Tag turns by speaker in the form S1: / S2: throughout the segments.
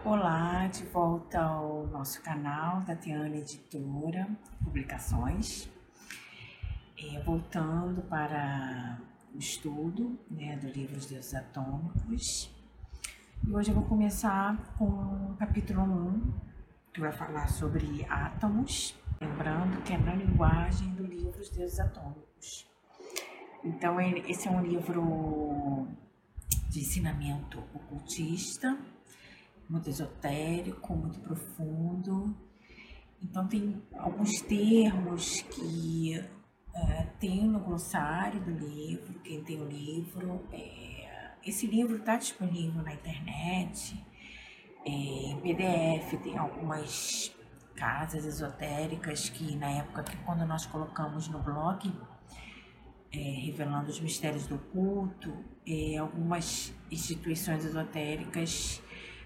S1: Olá, de volta ao nosso canal da Tiana Editora Publicações, voltando para o estudo do livro Os Deuses Atômicos. E hoje eu vou começar com o capítulo 1, que vai falar sobre átomos, lembrando que é na linguagem do livro Os Deuses Atômicos. Então, esse é um livro de ensinamento ocultista, muito esotérico, muito profundo. Então tem alguns termos que tem no glossário do livro, quem tem o livro. Esse livro está disponível na internet, em PDF, tem algumas casas esotéricas que na época que quando nós colocamos no blog, revelando os mistérios do oculto, algumas instituições esotéricas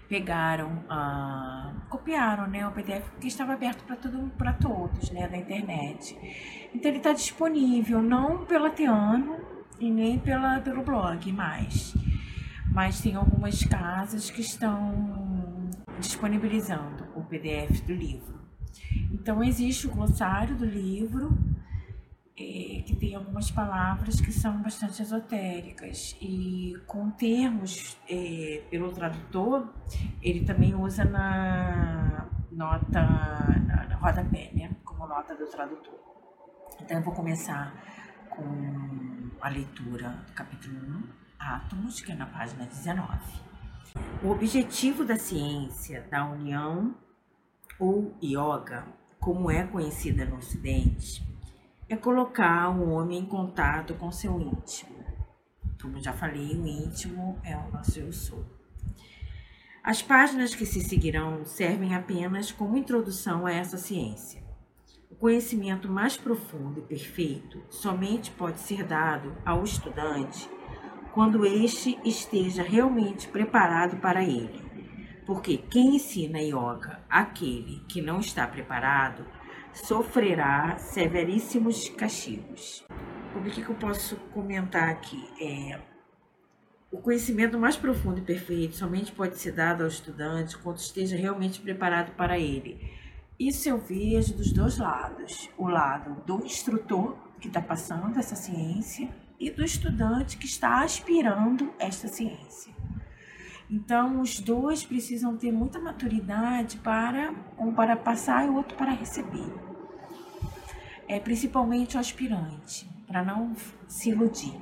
S1: copiaram o PDF, porque estava aberto para todos, na internet. Então ele está disponível, não pela Teano e nem pelo blog mas tem algumas casas que estão disponibilizando o PDF do livro. Então existe o glossário do livro, que tem algumas palavras que são bastante esotéricas e com termos pelo tradutor, ele também usa na nota, na rodapé, como nota do tradutor. Então eu vou começar com a leitura do capítulo 1, Átomos, que é na página 19. O objetivo da ciência da união ou yoga, como é conhecida no Ocidente, é colocar o homem em contato com seu íntimo. Como já falei, o íntimo é o nosso eu sou. As páginas que se seguirão servem apenas como introdução a essa ciência. O conhecimento mais profundo e perfeito somente pode ser dado ao estudante quando este esteja realmente preparado para ele. Porque quem ensina yoga àquele que não está preparado sofrerá severíssimos castigos. O que eu posso comentar aqui? O conhecimento mais profundo e perfeito somente pode ser dado ao estudante quando esteja realmente preparado para ele. Isso eu vejo dos dois lados. O lado do instrutor, que está passando essa ciência, e do estudante que está aspirando esta ciência. Então, os dois precisam ter muita maturidade um para passar e o outro para receber. Principalmente o aspirante, para não se iludir.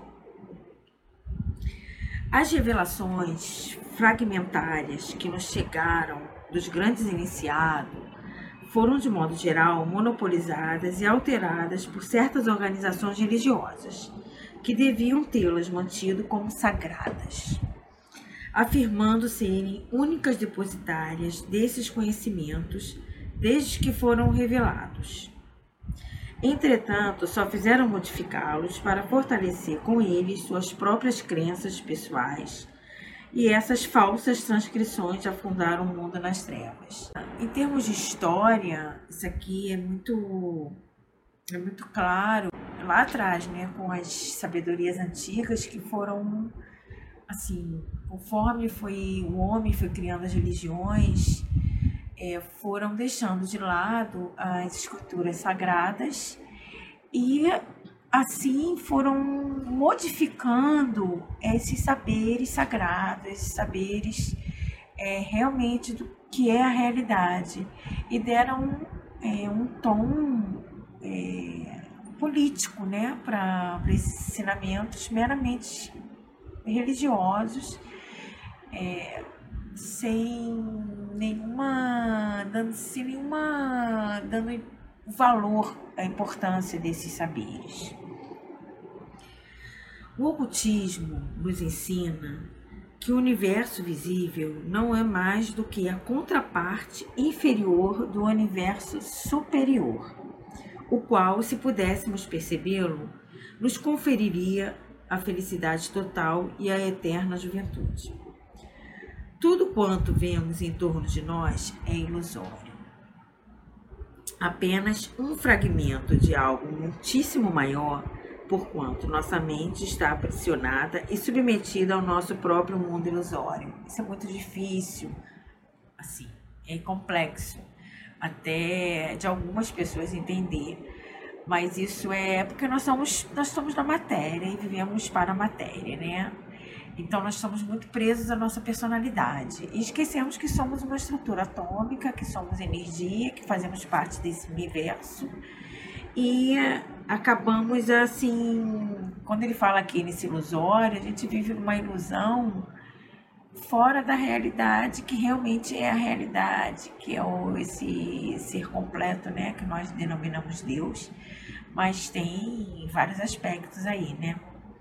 S1: As revelações fragmentárias que nos chegaram dos grandes iniciados foram, de modo geral, monopolizadas e alteradas por certas organizações religiosas, que deviam tê-las mantido como sagradas, afirmando serem únicas depositárias desses conhecimentos desde que foram revelados. Entretanto, só fizeram modificá-los para fortalecer com eles suas próprias crenças pessoais, e essas falsas transcrições afundaram o mundo nas trevas. Em termos de história, isso aqui é muito claro lá atrás, com as sabedorias antigas que foram assim, conforme o homem foi criando as religiões, foram deixando de lado as escrituras sagradas e assim foram modificando esses saberes sagrados, esses saberes realmente do que é a realidade, e deram um tom político, para esses ensinamentos meramente religiosos, sem nenhuma dando valor à importância desses saberes. O ocultismo nos ensina que o universo visível não é mais do que a contraparte inferior do universo superior, o qual, se pudéssemos percebê-lo, nos conferiria a felicidade total e a eterna juventude. Tudo quanto vemos em torno de nós é ilusório. Apenas um fragmento de algo muitíssimo maior, porquanto nossa mente está aprisionada e submetida ao nosso próprio mundo ilusório. Isso é muito difícil assim, é complexo até de algumas pessoas entender, mas isso é porque nós somos da matéria e vivemos para a matéria, né? Então nós estamos muito presos à nossa personalidade e esquecemos que somos uma estrutura atômica, que somos energia, que fazemos parte desse universo e acabamos assim, quando ele fala aqui nesse ilusório, a gente vive numa ilusão fora da realidade, que realmente é a realidade, que é esse ser completo, né, que nós denominamos Deus, mas tem vários aspectos aí, né?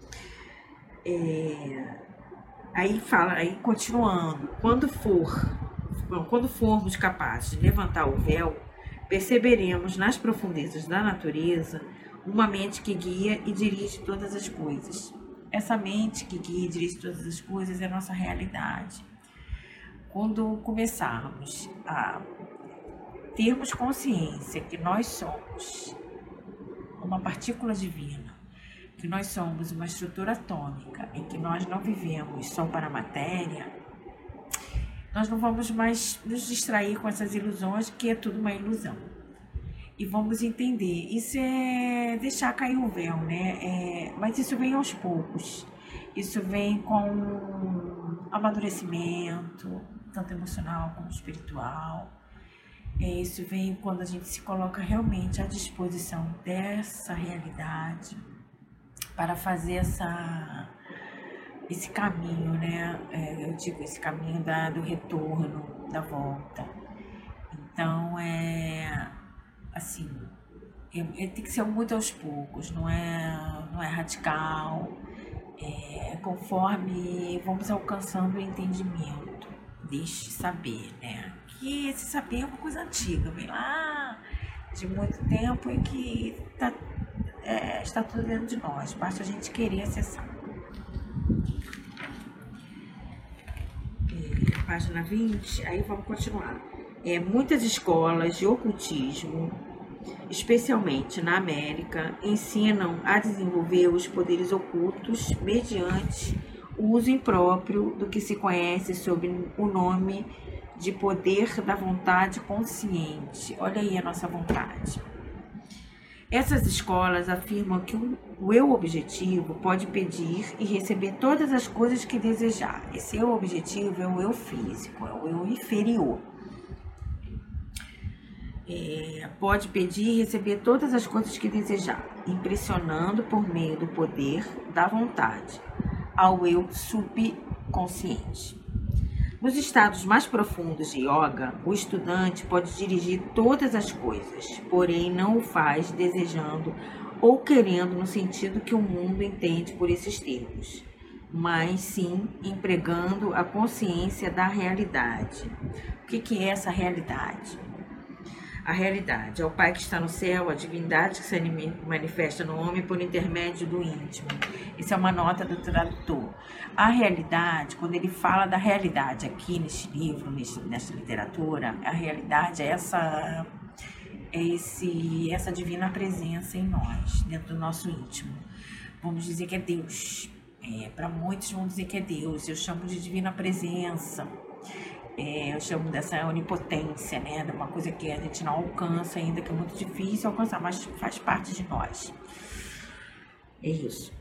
S1: Aí fala, aí continuando, quando formos capazes de levantar o véu, perceberemos nas profundezas da natureza uma mente que guia e dirige todas as coisas. Essa mente que guia e dirige todas as coisas é a nossa realidade. Quando começarmos a termos consciência que nós somos uma partícula divina, que nós somos uma estrutura atômica e que nós não vivemos só para a matéria, nós não vamos mais nos distrair com essas ilusões, que é tudo uma ilusão. E vamos entender, isso é deixar cair o véu, né? Mas isso vem aos poucos, isso vem com amadurecimento, tanto emocional como espiritual. Isso vem quando a gente se coloca realmente à disposição dessa realidade para fazer esse caminho, né? Eu digo esse caminho do retorno, da volta. Então, assim, tem que ser muito aos poucos, não é radical, conforme vamos alcançando o entendimento deste saber, né? Que esse saber é uma coisa antiga, vem lá de muito tempo e que está tudo dentro de nós, basta a gente querer acessar. Página 20, aí vamos continuar. Muitas escolas de ocultismo, especialmente na América, ensinam a desenvolver os poderes ocultos mediante o uso impróprio do que se conhece sob o nome de poder da vontade consciente. Olha aí a nossa vontade. Essas escolas afirmam que o eu objetivo pode pedir e receber todas as coisas que desejar. Esse eu objetivo é o eu físico, é o eu inferior. Pode pedir e receber todas as coisas que desejar, impressionando por meio do poder da vontade ao eu subconsciente. Nos estados mais profundos de yoga, o estudante pode dirigir todas as coisas, porém não o faz desejando ou querendo no sentido que o mundo entende por esses termos, mas sim empregando a consciência da realidade. O que é essa realidade? A realidade é o Pai que está no céu, a divindade que se manifesta no homem por intermédio do íntimo. Isso é uma nota do tradutor. A realidade, quando ele fala da realidade aqui neste livro, nesta literatura, a realidade é essa divina presença em nós, dentro do nosso íntimo. Vamos dizer que é Deus. Para muitos vão dizer que é Deus. Eu chamo de divina presença. Eu chamo dessa onipotência, né? De uma coisa que a gente não alcança ainda, que é muito difícil alcançar, mas faz parte de nós. É isso.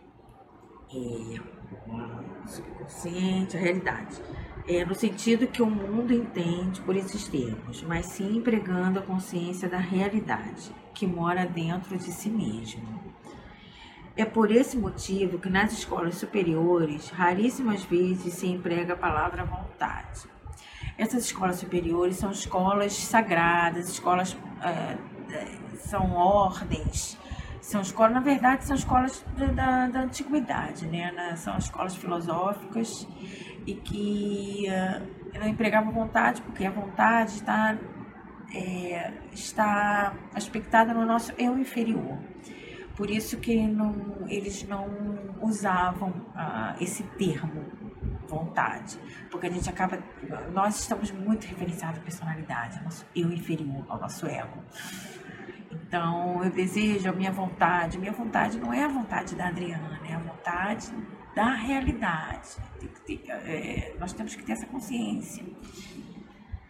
S1: Subconsciente, a realidade. No sentido que o mundo entende por esses termos, mas sim empregando a consciência da realidade, que mora dentro de si mesmo. É por esse motivo que nas escolas superiores, raríssimas vezes se emprega a palavra vontade. Essas escolas superiores são escolas sagradas, escolas são ordens, são escolas, na verdade, são escolas da antiguidade, né? São escolas filosóficas e que não empregavam vontade, porque a vontade está aspectada no nosso eu inferior. Por isso que eles não usavam esse termo, vontade, porque nós estamos muito referenciados à personalidade, ao nosso eu inferior, ao nosso ego. Então, eu desejo a minha vontade não é a vontade da Adriana, é a vontade da realidade. Nós temos que ter essa consciência.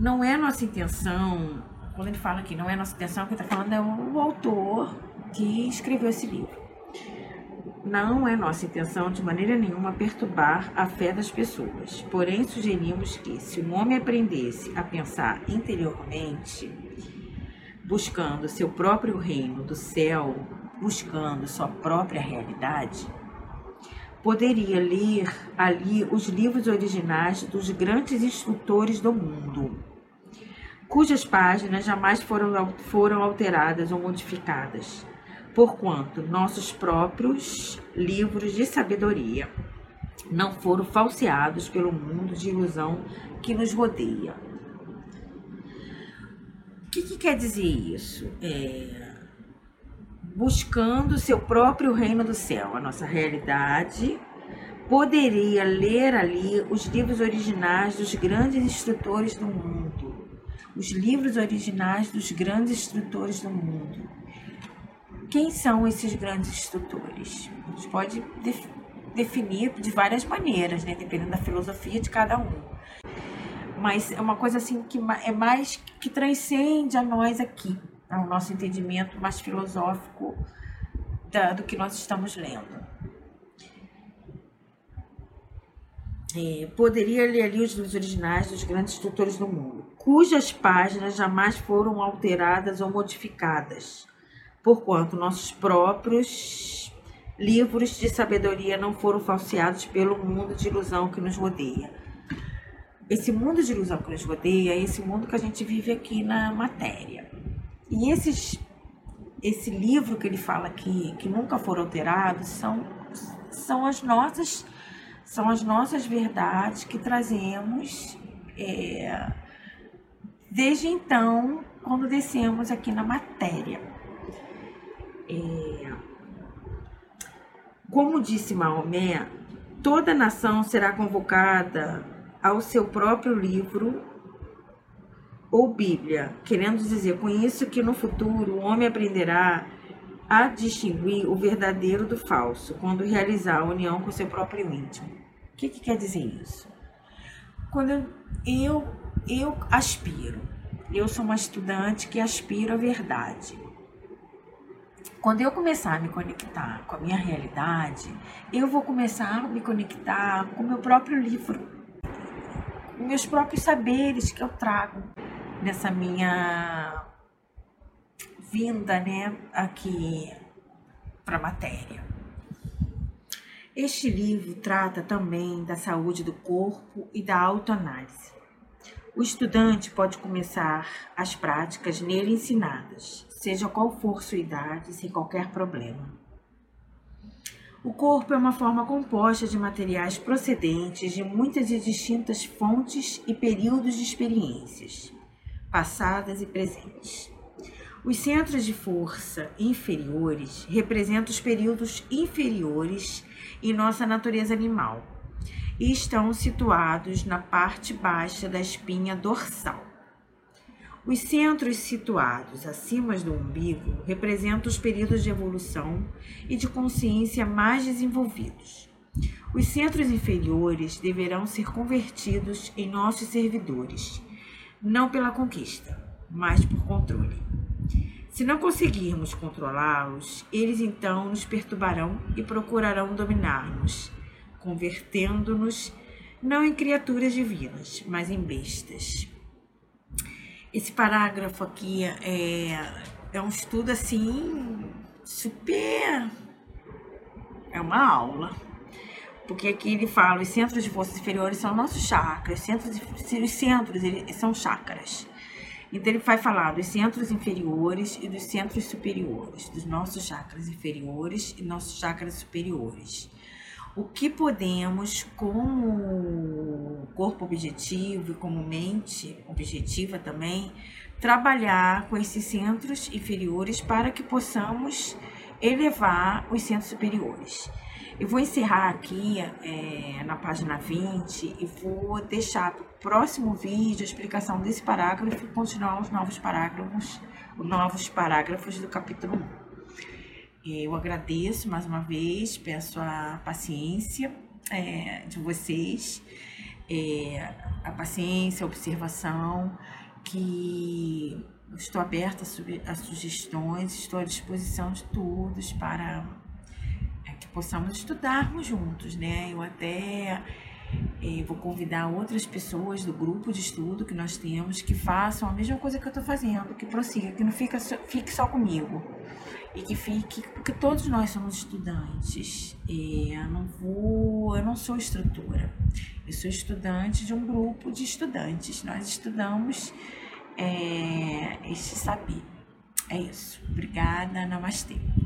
S1: não é nossa intenção, quando ele fala aqui, não é nossa intenção, quem está falando é o autor que escreveu esse livro. Não é nossa intenção, de maneira nenhuma, perturbar a fé das pessoas. Porém, sugerimos que, se um homem aprendesse a pensar interiormente, buscando seu próprio reino do céu, buscando sua própria realidade, poderia ler ali os livros originais dos grandes instrutores do mundo, cujas páginas jamais foram alteradas ou modificadas, porquanto nossos próprios livros de sabedoria não foram falseados pelo mundo de ilusão que nos rodeia. O que quer dizer isso? Buscando seu próprio reino do céu, a nossa realidade, poderia ler ali os livros originais dos grandes instrutores do mundo. Os livros originais dos grandes instrutores do mundo. Quem são esses grandes instrutores? A gente pode definir de várias maneiras, né? Dependendo da filosofia de cada um. Mas é uma coisa assim que é mais que transcende a nós aqui, ao nosso entendimento mais filosófico do que nós estamos lendo. Poderia ler ali os livros originais dos grandes instrutores do mundo, cujas páginas jamais foram alteradas ou modificadas, porquanto nossos próprios livros de sabedoria não foram falseados pelo mundo de ilusão que nos rodeia. Esse mundo de ilusão que nos rodeia é esse mundo que a gente vive aqui na matéria. E esse livro que ele fala aqui, que nunca foram alterados, são as nossas verdades que trazemos desde então, quando descemos aqui na matéria. Como disse Maomé, toda nação será convocada ao seu próprio livro ou Bíblia, querendo dizer com isso que no futuro o homem aprenderá a distinguir o verdadeiro do falso, quando realizar a união com o seu próprio íntimo. O que quer dizer isso? Quando eu aspiro, eu sou uma estudante que aspiro à verdade. Quando eu começar a me conectar com a minha realidade, eu vou começar a me conectar com o meu próprio livro, com meus próprios saberes que eu trago nessa minha vinda, né, aqui para a matéria. Este livro trata também da saúde do corpo e da autoanálise. O estudante pode começar as práticas nele ensinadas, seja qual for sua idade, sem qualquer problema. O corpo é uma forma composta de materiais procedentes de muitas e distintas fontes e períodos de experiências, passadas e presentes. Os centros de força inferiores representam os períodos inferiores em nossa natureza animal e estão situados na parte baixa da espinha dorsal. Os centros situados acima do umbigo representam os períodos de evolução e de consciência mais desenvolvidos. Os centros inferiores deverão ser convertidos em nossos servidores, não pela conquista, mas por controle. Se não conseguirmos controlá-los, eles então nos perturbarão e procurarão dominar-nos, convertendo-nos não em criaturas divinas, mas em bestas. Esse parágrafo aqui é um estudo assim, super... é uma aula. Porque aqui ele fala, os centros de forças inferiores são nossos chakras, os centros eles são chakras. Então ele vai falar dos centros inferiores e dos centros superiores, dos nossos chakras inferiores e nossos chakras superiores. O que podemos, como corpo objetivo e como mente objetiva também, trabalhar com esses centros inferiores para que possamos elevar os centros superiores. Eu vou encerrar aqui na página 20 e vou deixar para o próximo vídeo a explicação desse parágrafo e continuar os novos parágrafos do capítulo 1. Eu agradeço mais uma vez, peço a paciência de vocês. a paciência, a observação, que estou aberta a sugestões, estou à disposição de todos para que possamos estudarmos juntos, né? Eu até vou convidar outras pessoas do grupo de estudo que nós temos que façam a mesma coisa que eu estou fazendo, que prossiga, que não fique só comigo. E que fique, porque todos nós somos estudantes. Eu não sou instrutora, eu sou estudante de um grupo de estudantes. Nós estudamos este saber. É isso. Obrigada, namastê.